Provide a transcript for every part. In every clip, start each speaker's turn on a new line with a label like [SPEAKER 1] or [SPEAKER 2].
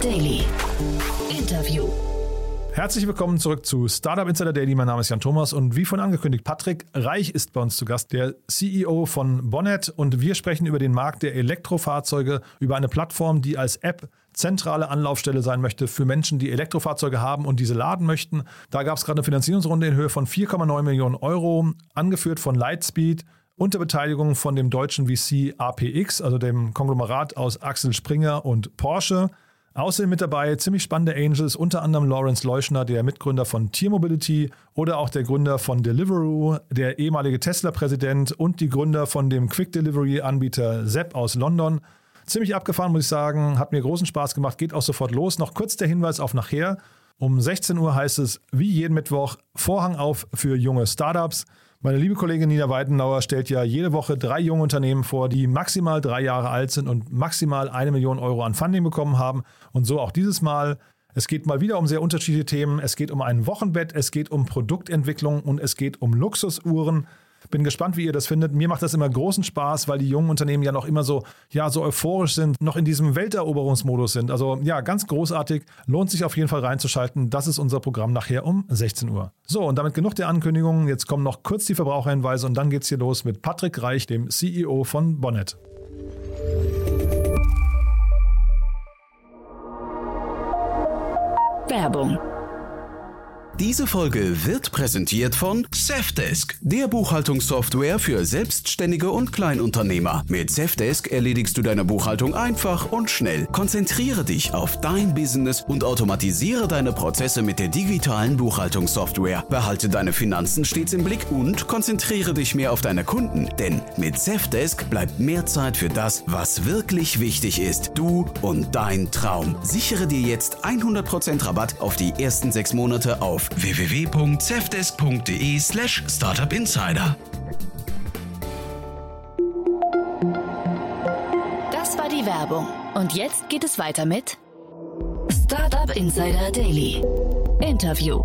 [SPEAKER 1] Daily. Interview.
[SPEAKER 2] Herzlich willkommen zurück zu Startup Insider Daily. Mein Name ist Jan Thomas und wie vorhin angekündigt, Patrick Reich ist bei uns zu Gast, der CEO von Bonnet. Und wir sprechen über den Markt der Elektrofahrzeuge, über eine Plattform, die als App zentrale Anlaufstelle sein möchte für Menschen, die Elektrofahrzeuge haben und diese laden möchten. Da gab es gerade eine Finanzierungsrunde in Höhe von 4,9 Millionen Euro, angeführt von Lightspeed, unter Beteiligung von dem deutschen VC APX, also dem Konglomerat aus Axel Springer und Porsche. Außerdem mit dabei ziemlich spannende Angels, unter anderem Lawrence Leuschner, der Mitgründer von Tier Mobility oder auch der Gründer von Deliveroo, der ehemalige Tesla-Präsident und die Gründer von dem Quick-Delivery-Anbieter Zepp aus London. Ziemlich abgefahren, muss ich sagen, hat mir großen Spaß gemacht, geht auch sofort los. Noch kurz der Hinweis auf nachher. Um 16 Uhr heißt es, wie jeden Mittwoch, Vorhang auf für junge Startups. Meine liebe Kollegin Nina Weidenauer stellt ja jede Woche 3 junge Unternehmen vor, die maximal 3 Jahre alt sind und maximal 1 Million Euro an Funding bekommen haben. Und so auch dieses Mal. Es geht mal wieder um sehr unterschiedliche Themen. Es geht um ein Wochenbett, es geht um Produktentwicklung und es geht um Luxusuhren. Bin gespannt, wie ihr das findet. Mir macht das immer großen Spaß, weil die jungen Unternehmen ja noch immer so euphorisch sind, noch in diesem Welteroberungsmodus sind. Also ja, ganz großartig. Lohnt sich auf jeden Fall reinzuschalten. Das ist unser Programm nachher um 16 Uhr. So, und damit genug der Ankündigungen. Jetzt kommen noch kurz die Verbraucherhinweise und dann geht's hier los mit Patrick Reich, dem CEO von Bonnet.
[SPEAKER 1] Werbung.
[SPEAKER 3] Diese Folge wird präsentiert von Safdesk, der Buchhaltungssoftware für Selbstständige und Kleinunternehmer. Mit Safdesk erledigst du deine Buchhaltung einfach und schnell. Konzentriere dich auf dein Business und automatisiere deine Prozesse mit der digitalen Buchhaltungssoftware. Behalte deine Finanzen stets im Blick und konzentriere dich mehr auf deine Kunden. Denn mit Safdesk bleibt mehr Zeit für das, was wirklich wichtig ist. Du und dein Traum. Sichere dir jetzt 100% Rabatt auf die ersten 6 Monate auf www.safdesk.de/startupinsider.
[SPEAKER 1] Das war die Werbung. Und jetzt geht es weiter mit Startup Insider Daily. Interview.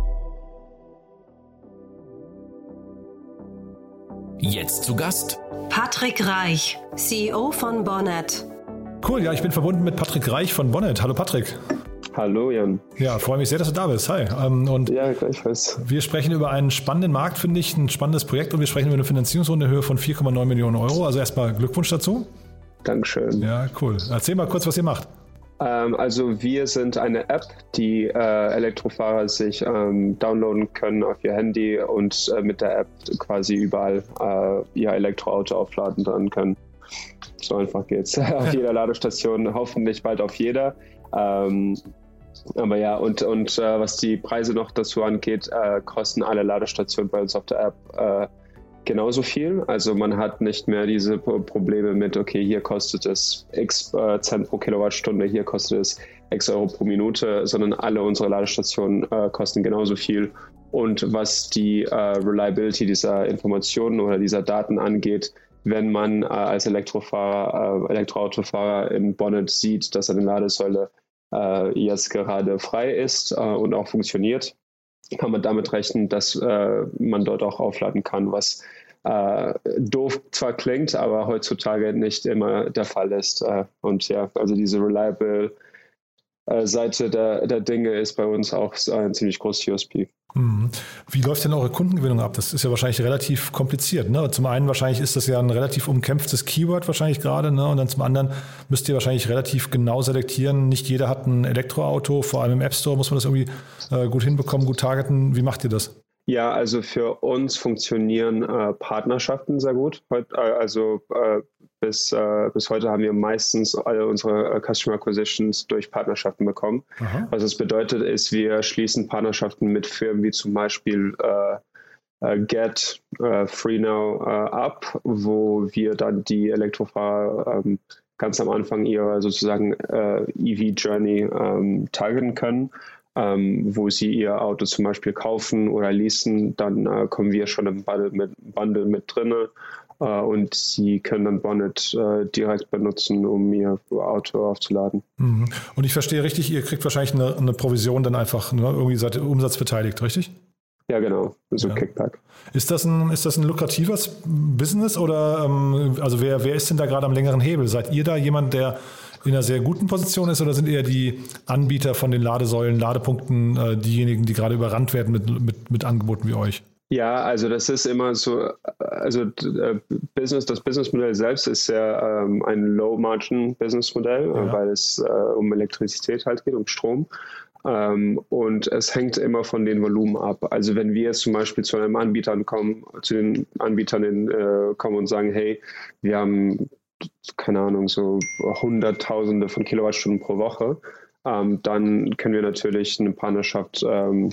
[SPEAKER 3] Jetzt zu Gast
[SPEAKER 4] Patrick Reich, CEO von Bonnet.
[SPEAKER 2] Cool, ja, ich bin verbunden mit Patrick Reich von Bonnet. Hallo Patrick.
[SPEAKER 5] Hallo Jan.
[SPEAKER 2] Ja, freue mich sehr, dass du da bist. Hi. Und
[SPEAKER 5] ja, gleichfalls.
[SPEAKER 2] Wir sprechen über einen spannenden Markt, finde ich, ein spannendes Projekt und wir sprechen über eine Finanzierungsrunde in Höhe von 4,9 Millionen Euro. Also erstmal Glückwunsch dazu.
[SPEAKER 5] Dankeschön.
[SPEAKER 2] Ja, cool. Erzähl mal kurz, was ihr macht.
[SPEAKER 5] Also wir sind eine App, die Elektrofahrer sich downloaden können auf ihr Handy und mit der App quasi überall ihr Elektroauto aufladen dran können. So einfach geht's. Auf jeder Ladestation, hoffentlich bald auf jeder. Aber ja, und was die Preise noch dazu angeht, kosten alle Ladestationen bei uns auf der App genauso viel. Also man hat nicht mehr diese Probleme mit, okay, hier kostet es x Cent pro Kilowattstunde, hier kostet es x Euro pro Minute, sondern alle unsere Ladestationen kosten genauso viel. Und was die Reliability dieser Informationen oder dieser Daten angeht, wenn man als Elektroautofahrer in Bonnet sieht, dass eine Ladesäule jetzt gerade frei ist und auch funktioniert, kann man damit rechnen, dass man dort auch aufladen kann, was doof zwar klingt, aber heutzutage nicht immer der Fall ist. Und ja, also diese reliable Seite der Dinge ist bei uns auch ein ziemlich großes USP.
[SPEAKER 2] Wie läuft denn eure Kundengewinnung ab? Das ist ja wahrscheinlich relativ kompliziert. Ne? Zum einen wahrscheinlich ist das ja ein relativ umkämpftes Keyword wahrscheinlich gerade. Ne? Und dann zum anderen müsst ihr wahrscheinlich relativ genau selektieren. Nicht jeder hat ein Elektroauto, vor allem im App Store muss man das irgendwie gut hinbekommen, gut targeten. Wie macht ihr das?
[SPEAKER 5] Ja, also für uns funktionieren Partnerschaften sehr gut. Bis heute haben wir meistens alle unsere Customer Acquisitions durch Partnerschaften bekommen. Aha. Was das bedeutet, ist, wir schließen Partnerschaften mit Firmen wie zum Beispiel Get, FreeNow ab, wo wir dann die Elektrofahrer ganz am Anfang ihrer sozusagen EV-Journey targeten können. Wo sie ihr Auto zum Beispiel kaufen oder leasen, dann kommen wir schon im Bundle mit drinne und sie können dann Bonnet direkt benutzen, um ihr Auto aufzuladen.
[SPEAKER 2] Und ich verstehe richtig, ihr kriegt wahrscheinlich eine Provision dann einfach, ne? Irgendwie seid ihr umsatzbeteiligt, richtig?
[SPEAKER 5] Ja, genau, so ja. Kickback.
[SPEAKER 2] Ist das ein lukratives Business oder also wer ist denn da gerade am längeren Hebel? Seid ihr da jemand, der in einer sehr guten Position ist, oder sind eher die Anbieter von den Ladesäulen, Ladepunkten diejenigen, die gerade überrannt werden mit Angeboten wie euch?
[SPEAKER 5] Ja, also das ist immer so, also das Businessmodell selbst ist ja ein Low-Margin-Businessmodell, weil es um Elektrizität halt geht, um Strom. Und es hängt immer von den Volumen ab. Also wenn wir jetzt zum Beispiel zu den Anbietern kommen und sagen, hey, wir haben, keine Ahnung, so Hunderttausende von Kilowattstunden pro Woche, dann können wir natürlich eine Partnerschaft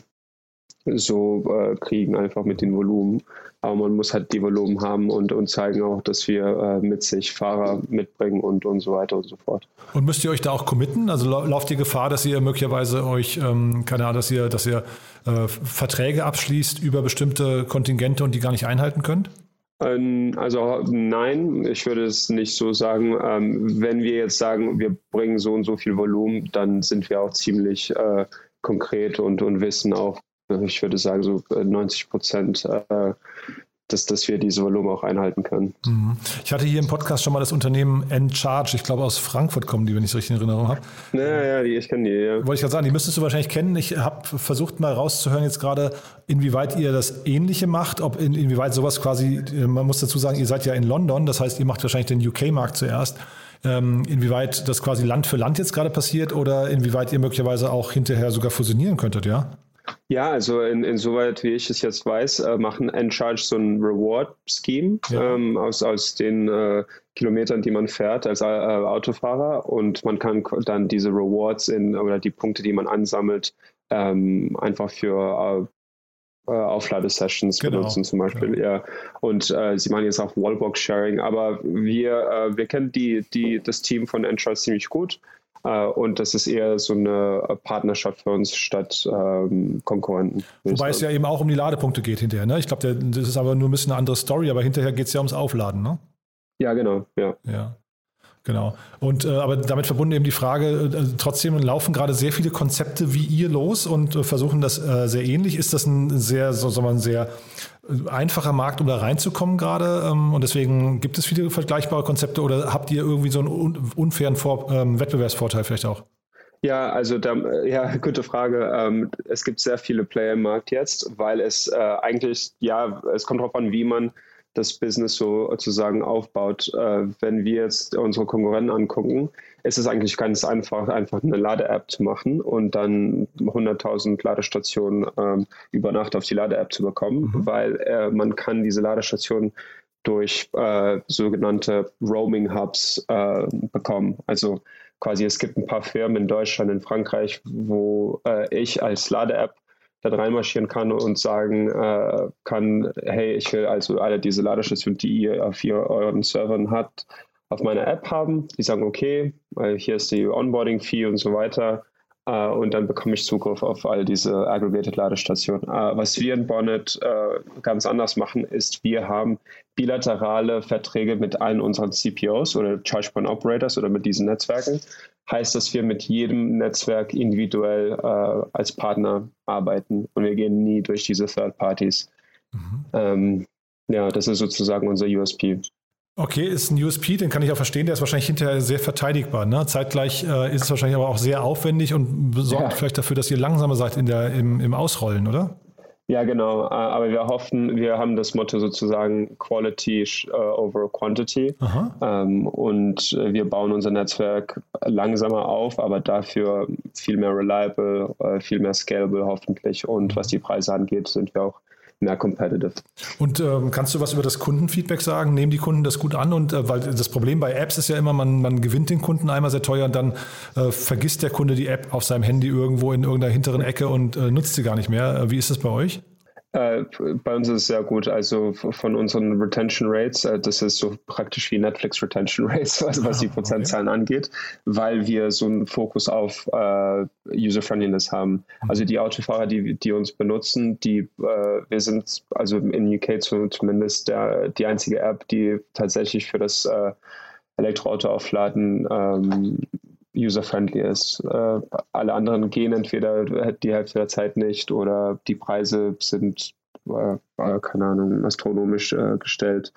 [SPEAKER 5] kriegen, einfach mit den Volumen. Aber man muss halt die Volumen haben und zeigen auch, dass wir mit sich Fahrer mitbringen und so weiter und so fort.
[SPEAKER 2] Und müsst ihr euch da auch committen? Also lauft ihr Gefahr, dass ihr möglicherweise euch, keine Ahnung, dass ihr Verträge abschließt über bestimmte Kontingente und die gar nicht einhalten könnt?
[SPEAKER 5] Also nein, ich würde es nicht so sagen. Wenn wir jetzt sagen, wir bringen so und so viel Volumen, dann sind wir auch ziemlich konkret und wissen auch, ich würde sagen, so 90%, dass wir diese Volumen auch einhalten können.
[SPEAKER 2] Ich hatte hier im Podcast schon mal das Unternehmen Encharge, ich glaube aus Frankfurt kommen die, wenn ich es richtig in Erinnerung habe.
[SPEAKER 5] Ja, ich kenne die, ja.
[SPEAKER 2] Wollte ich gerade sagen, die müsstest du wahrscheinlich kennen. Ich habe versucht mal rauszuhören jetzt gerade, inwieweit ihr das Ähnliche macht, inwieweit sowas quasi, man muss dazu sagen, ihr seid ja in London, das heißt, ihr macht wahrscheinlich den UK-Markt zuerst. Inwieweit das quasi Land für Land jetzt gerade passiert oder inwieweit ihr möglicherweise auch hinterher sogar fusionieren könntet, ja?
[SPEAKER 5] Ja, also insoweit, wie ich es jetzt weiß, machen Encharge so ein Reward-Scheme aus den Kilometern, die man fährt als Autofahrer, und man kann dann diese Rewards oder die Punkte, die man ansammelt, einfach für Aufladesessions benutzen zum Beispiel. Genau. Ja. Und sie machen jetzt auch Wallbox-Sharing, aber wir kennen das Team von Encharge ziemlich gut. Und das ist eher so eine Partnerschaft für uns statt Konkurrenten.
[SPEAKER 2] Wobei es ja eben auch um die Ladepunkte geht hinterher. Ne? Ich glaube, das ist aber nur ein bisschen eine andere Story, aber hinterher geht es ja ums Aufladen. Ne?
[SPEAKER 5] Ja, genau. Ja.
[SPEAKER 2] Genau. Und aber damit verbunden eben die Frage, trotzdem laufen gerade sehr viele Konzepte wie ihr los und versuchen das sehr ähnlich. Ist das ein sehr einfacher Markt, um da reinzukommen gerade? Und deswegen gibt es viele vergleichbare Konzepte oder habt ihr irgendwie so einen unfairen Wettbewerbsvorteil vielleicht auch?
[SPEAKER 5] Ja, also gute Frage. Es gibt sehr viele Player im Markt jetzt, weil es eigentlich, es kommt darauf an, wie man das Business sozusagen aufbaut. Wenn wir jetzt unsere Konkurrenten angucken, ist es eigentlich ganz einfach eine Lade-App zu machen und dann 100.000 Ladestationen über Nacht auf die Lade-App zu bekommen, weil man kann diese Ladestationen durch sogenannte Roaming-Hubs bekommen. Also quasi, es gibt ein paar Firmen in Deutschland, in Frankreich, wo ich als Lade-App da reinmarschieren kann und sagen kann, hey, ich will also alle diese Ladestationen, die ihr auf euren Servern habt, auf meiner App haben. Die sagen, okay, hier ist die Onboarding-Fee und so weiter. Und dann bekomme ich Zugriff auf all diese aggregated Ladestationen. Was wir in Bonnet ganz anders machen, ist, wir haben bilaterale Verträge mit allen unseren CPOs oder Charge Point Operators oder mit diesen Netzwerken. Heißt, dass wir mit jedem Netzwerk individuell als Partner arbeiten und wir gehen nie durch diese Third Parties. Das ist sozusagen unser USP.
[SPEAKER 2] Okay, ist ein USP, den kann ich auch verstehen, der ist wahrscheinlich hinterher sehr verteidigbar. Ne? Zeitgleich ist es wahrscheinlich aber auch sehr aufwendig und sorgt vielleicht dafür, dass ihr langsamer seid im Ausrollen, oder?
[SPEAKER 5] Ja, genau. Aber wir hoffen, wir haben das Motto sozusagen Quality over Quantity. Und wir bauen unser Netzwerk langsamer auf, aber dafür viel mehr reliable, viel mehr scalable hoffentlich. Und was die Preise angeht, sind wir auch mehr competitive.
[SPEAKER 2] Und kannst du was über das Kundenfeedback sagen? Nehmen die Kunden das gut an? Und weil das Problem bei Apps ist ja immer, man gewinnt den Kunden einmal sehr teuer und dann vergisst der Kunde die App auf seinem Handy irgendwo in irgendeiner hinteren Ecke und nutzt sie gar nicht mehr. Wie ist das bei euch?
[SPEAKER 5] Bei uns ist es sehr gut. Also von unseren Retention Rates, das ist so praktisch wie Netflix Retention Rates, also was die Prozentzahlen angeht, weil wir so einen Fokus auf User-Friendliness haben. Also die Autofahrer, die uns benutzen, wir sind also in UK zumindest die einzige App, die tatsächlich für das Elektroauto-Aufladen user-friendly ist. Alle anderen gehen entweder die Hälfte der Zeit nicht oder die Preise sind, keine Ahnung, astronomisch gestellt.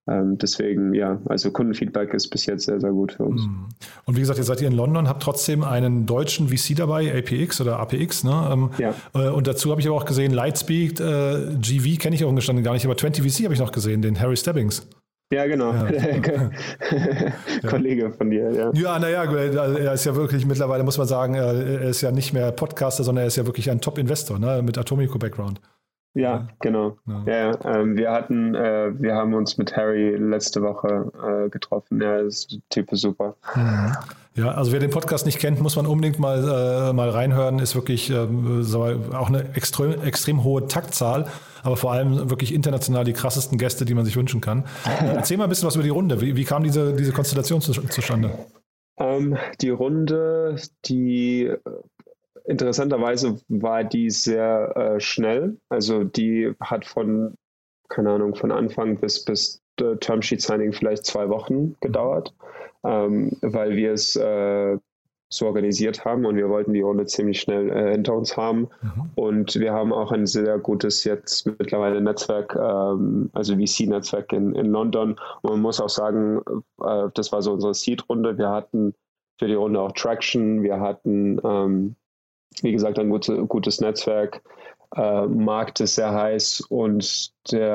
[SPEAKER 5] Deswegen, ja, also Kundenfeedback ist bis jetzt sehr, sehr gut für uns.
[SPEAKER 2] Und wie gesagt, ihr seid hier in London, habt trotzdem einen deutschen VC dabei, APX oder APX, ne?
[SPEAKER 5] Ja.
[SPEAKER 2] Und dazu habe ich aber auch gesehen, Lightspeed, GV kenne ich auch gestanden gar nicht, aber 20VC habe ich noch gesehen, den Harry Stebbings.
[SPEAKER 5] Ja, genau. Ja. Kollege von dir, ja.
[SPEAKER 2] Ja, naja, er ist ja wirklich mittlerweile, muss man sagen, er ist ja nicht mehr Podcaster, sondern er ist ja wirklich ein Top-Investor, ne? Mit Atomico-Background.
[SPEAKER 5] Ja, genau. Ja. Wir haben uns mit Harry letzte Woche getroffen. Ja, ist Typ super.
[SPEAKER 2] Ja, also wer den Podcast nicht kennt, muss man unbedingt mal reinhören. Ist wirklich auch eine extrem hohe Taktzahl, aber vor allem wirklich international die krassesten Gäste, die man sich wünschen kann. Erzähl mal ein bisschen was über die Runde. Wie kam diese Konstellation zustande?
[SPEAKER 5] Die Runde, interessanterweise war die sehr schnell. Also die hat von Anfang bis Termsheet Signing vielleicht 2 Wochen gedauert, weil wir es so organisiert haben und wir wollten die Runde ziemlich schnell hinter uns haben. Und wir haben auch ein sehr gutes jetzt mittlerweile Netzwerk, also VC-Netzwerk in London. Und man muss auch sagen, das war so unsere Seed-Runde. Wir hatten für die Runde auch Traction. Wir hatten wie gesagt, ein gutes Netzwerk. Markt ist sehr heiß und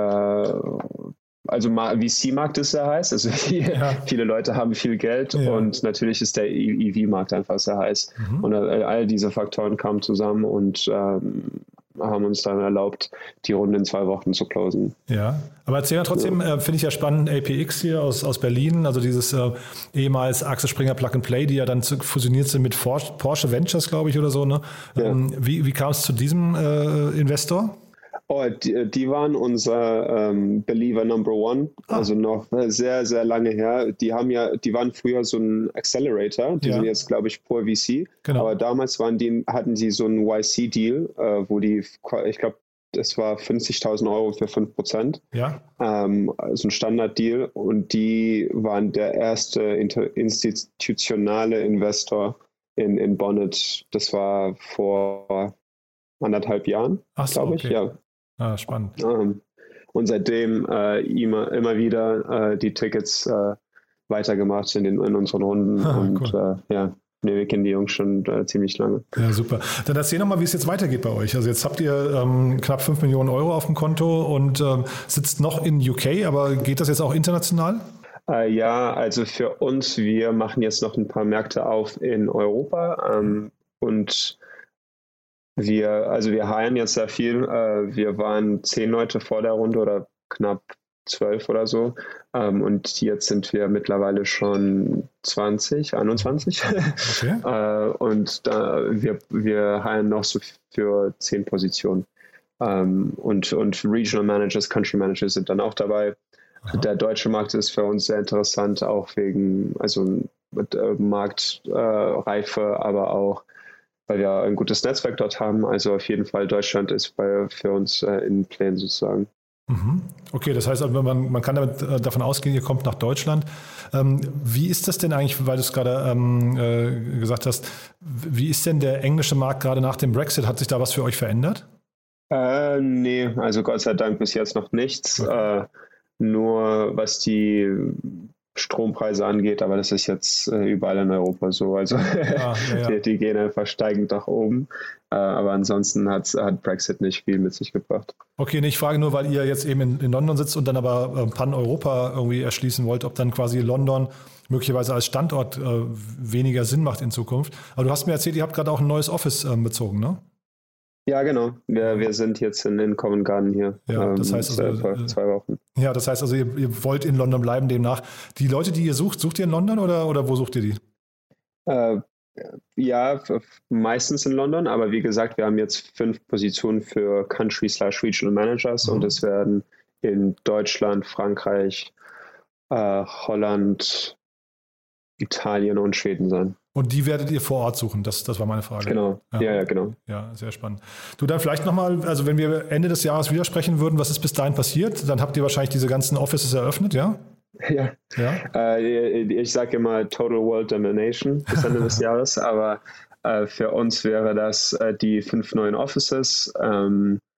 [SPEAKER 5] VC-Markt ist sehr heiß. Also viele Leute haben viel Geld und natürlich ist der EV-Markt einfach sehr heiß. Und all diese Faktoren kamen zusammen und haben uns dann erlaubt, die Runde in 2 Wochen zu closen. Ja,
[SPEAKER 2] aber erzähl mal trotzdem, finde ich ja spannend, APX hier aus Berlin, also dieses ehemals Axel Springer Plug and Play, die ja dann fusioniert sind mit Porsche Ventures, glaube ich, oder so. Ne? Ja. Wie kam es zu diesem Investor?
[SPEAKER 5] Oh, die waren unser Believer Number One, also noch sehr, sehr lange her. Die waren früher so ein Accelerator, die sind jetzt, glaube ich, pur VC. Genau. Aber damals hatten sie so einen YC-Deal, wo ich glaube, das war 50.000 € für 5%. Ja. Also ein Standard-Deal. Und die waren der erste institutionale Investor in Bonnet. Das war vor 1,5 Jahren, glaube ich. Ja.
[SPEAKER 2] Ah, spannend.
[SPEAKER 5] Und seitdem immer wieder die Tickets weitergemacht in unseren Runden. Cool. Wir kennen die Jungs schon ziemlich lange.
[SPEAKER 2] Ja, super. Dann erzähl nochmal, wie es jetzt weitergeht bei euch. Also jetzt habt ihr knapp 5 Millionen € auf dem Konto und sitzt noch in UK, aber geht das jetzt auch international?
[SPEAKER 5] Ja, also für uns, wir machen jetzt noch ein paar Märkte auf in Europa und wir hiren jetzt sehr viel. Wir waren 10 Leute vor der Runde oder knapp 12 oder so. Und jetzt sind wir mittlerweile schon 21. Okay. Und wir hiren noch so für 10 Positionen. Und Regional Managers, Country Managers sind dann auch dabei. Aha. Der deutsche Markt ist für uns sehr interessant, auch wegen Marktreife, aber auch weil wir ein gutes Netzwerk dort haben. Also auf jeden Fall Deutschland ist für uns in Plänen sozusagen.
[SPEAKER 2] Okay, das heißt, man kann davon ausgehen, ihr kommt nach Deutschland. Wie ist das denn eigentlich, weil du es gerade gesagt hast, wie ist denn der englische Markt gerade nach dem Brexit? Hat sich da was für euch verändert?
[SPEAKER 5] Nee, also Gott sei Dank bis jetzt noch nichts. Okay. Nur was die Strompreise angeht, aber das ist jetzt überall in Europa so. Also die gehen einfach steigend nach oben. Aber ansonsten hat Brexit nicht viel mit sich gebracht.
[SPEAKER 2] Okay, ich frage nur, weil ihr jetzt eben in London sitzt und dann aber Pan-Europa irgendwie erschließen wollt, ob dann quasi London möglicherweise als Standort weniger Sinn macht in Zukunft. Aber du hast mir erzählt, ihr habt gerade auch ein neues Office bezogen, ne?
[SPEAKER 5] Ja, genau. Wir sind jetzt in Covent Garden hier.
[SPEAKER 2] Ja, das heißt
[SPEAKER 5] vor 2 Wochen.
[SPEAKER 2] Ja, das heißt also, ihr wollt in London bleiben demnach. Die Leute, die ihr sucht ihr in London oder wo sucht ihr die?
[SPEAKER 5] Ja, meistens in London, aber wie gesagt, wir haben jetzt 5 Positionen für Country/Regional Managers und es werden in Deutschland, Frankreich, Holland, Italien und Schweden sein.
[SPEAKER 2] Und die werdet ihr vor Ort suchen? Das war meine Frage.
[SPEAKER 5] Genau, ja, genau.
[SPEAKER 2] Ja, sehr spannend. Du, dann vielleicht nochmal, also wenn wir Ende des Jahres wieder sprechen würden, was ist bis dahin passiert? Dann habt ihr wahrscheinlich diese ganzen Offices eröffnet, ja?
[SPEAKER 5] Ja. Ich sage immer Total World Domination bis Ende des Jahres, aber für uns wäre das die 5 neuen Offices,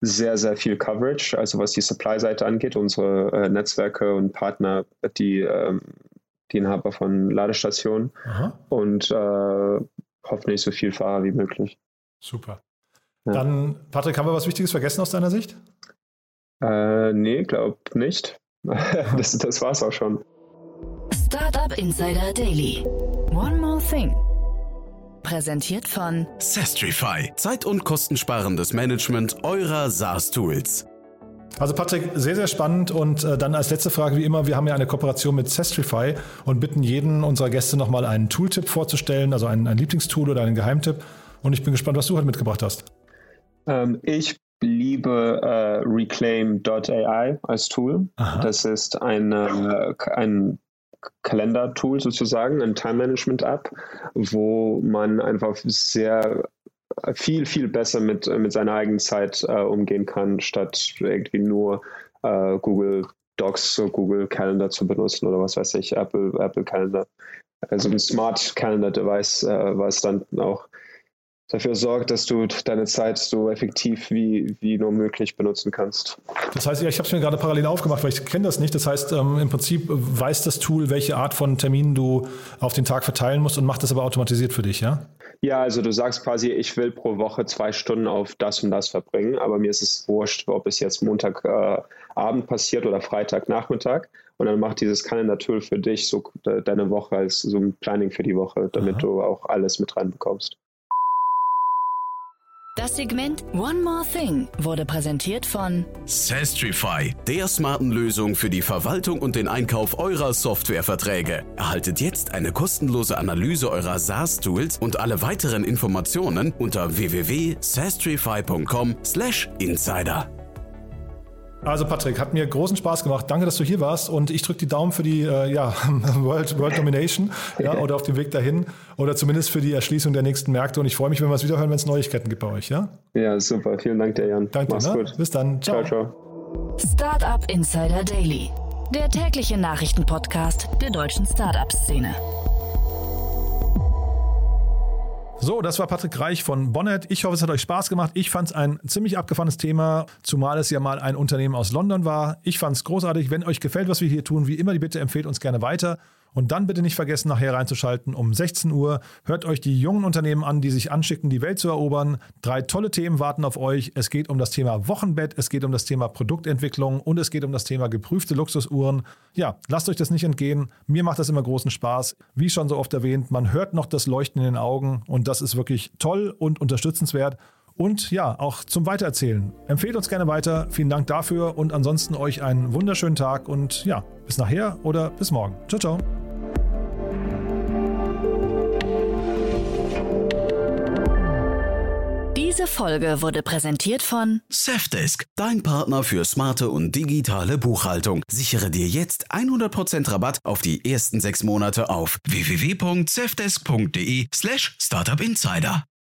[SPEAKER 5] sehr, sehr viel Coverage, also was die Supply-Seite angeht, unsere Netzwerke und Partner, die Inhaber von Ladestationen und hoffentlich so viel Fahrer wie möglich.
[SPEAKER 2] Super. Ja. Dann, Patrick, haben wir was Wichtiges vergessen aus deiner Sicht?
[SPEAKER 5] Nee, glaub nicht. Das war's auch schon.
[SPEAKER 1] Startup Insider Daily. One more thing. Präsentiert von
[SPEAKER 3] Sestrify. Zeit- und kostensparendes Management eurer SaaS-Tools.
[SPEAKER 2] Also Patrick, sehr, sehr spannend und dann als letzte Frage wie immer, wir haben ja eine Kooperation mit Sestrify und bitten jeden unserer Gäste nochmal einen Tooltip vorzustellen, also ein Lieblingstool oder einen Geheimtipp und ich bin gespannt, was du heute mitgebracht hast.
[SPEAKER 5] Ich liebe Reclaim.ai als Tool. Aha. Das ist ein Kalender-Tool sozusagen, ein Time-Management-App, wo man einfach sehr viel besser mit seiner eigenen Zeit umgehen kann, statt irgendwie nur Google Docs, Google Calendar zu benutzen oder was weiß ich, Apple Calendar. Also ein Smart Calendar Device, was dann auch dafür sorgt, dass du deine Zeit so effektiv wie nur möglich benutzen kannst.
[SPEAKER 2] Das heißt, ich habe es mir gerade parallel aufgemacht, weil ich kenne das nicht. Das heißt, im Prinzip weiß das Tool, welche Art von Terminen du auf den Tag verteilen musst und macht das aber automatisiert für dich, ja?
[SPEAKER 5] Ja, also du sagst quasi, ich will pro Woche 2 Stunden auf das und das verbringen, aber mir ist es wurscht, ob es jetzt Montagabend passiert oder Freitagnachmittag. Und dann macht dieses Kalender-Tool für dich so deine Woche als so ein Planning für die Woche, damit du auch alles mit reinbekommst.
[SPEAKER 1] Das Segment One More Thing wurde präsentiert von
[SPEAKER 3] Sestrify, der smarten Lösung für die Verwaltung und den Einkauf eurer Softwareverträge. Erhaltet jetzt eine kostenlose Analyse eurer SaaS-Tools und alle weiteren Informationen unter www.sestrify.com/insider.
[SPEAKER 2] Also Patrick, hat mir großen Spaß gemacht. Danke, dass du hier warst und ich drücke die Daumen für die World Domination oder auf dem Weg dahin oder zumindest für die Erschließung der nächsten Märkte und ich freue mich, wenn wir es wieder hören, wenn es Neuigkeiten gibt bei euch. Ja,
[SPEAKER 5] super. Vielen Dank dir, Jan.
[SPEAKER 2] Danke dir. Gut. Bis dann. Ciao.
[SPEAKER 1] Startup Insider Daily, der tägliche Nachrichtenpodcast der deutschen Startup-Szene.
[SPEAKER 2] So, das war Patrick Reich von Bonnet. Ich hoffe, es hat euch Spaß gemacht. Ich fand es ein ziemlich abgefahrenes Thema, zumal es ja mal ein Unternehmen aus London war. Ich fand es großartig. Wenn euch gefällt, was wir hier tun, wie immer die Bitte, empfehlt uns gerne weiter. Und dann bitte nicht vergessen, nachher reinzuschalten um 16 Uhr. Hört euch die jungen Unternehmen an, die sich anschicken, die Welt zu erobern. 3 tolle Themen warten auf euch. Es geht um das Thema Wochenbett, es geht um das Thema Produktentwicklung und es geht um das Thema geprüfte Luxusuhren. Ja, lasst euch das nicht entgehen. Mir macht das immer großen Spaß. Wie schon so oft erwähnt, man hört noch das Leuchten in den Augen und das ist wirklich toll und unterstützenswert. Und ja, auch zum Weitererzählen. Empfehlt uns gerne weiter. Vielen Dank dafür und ansonsten euch einen wunderschönen Tag und ja, bis nachher oder bis morgen. Ciao, ciao.
[SPEAKER 1] Diese Folge wurde präsentiert von
[SPEAKER 3] Safdesk, dein Partner für smarte und digitale Buchhaltung. Sichere dir jetzt 100% Rabatt auf die ersten 6 Monate auf www.safdesk.de/startupinsider.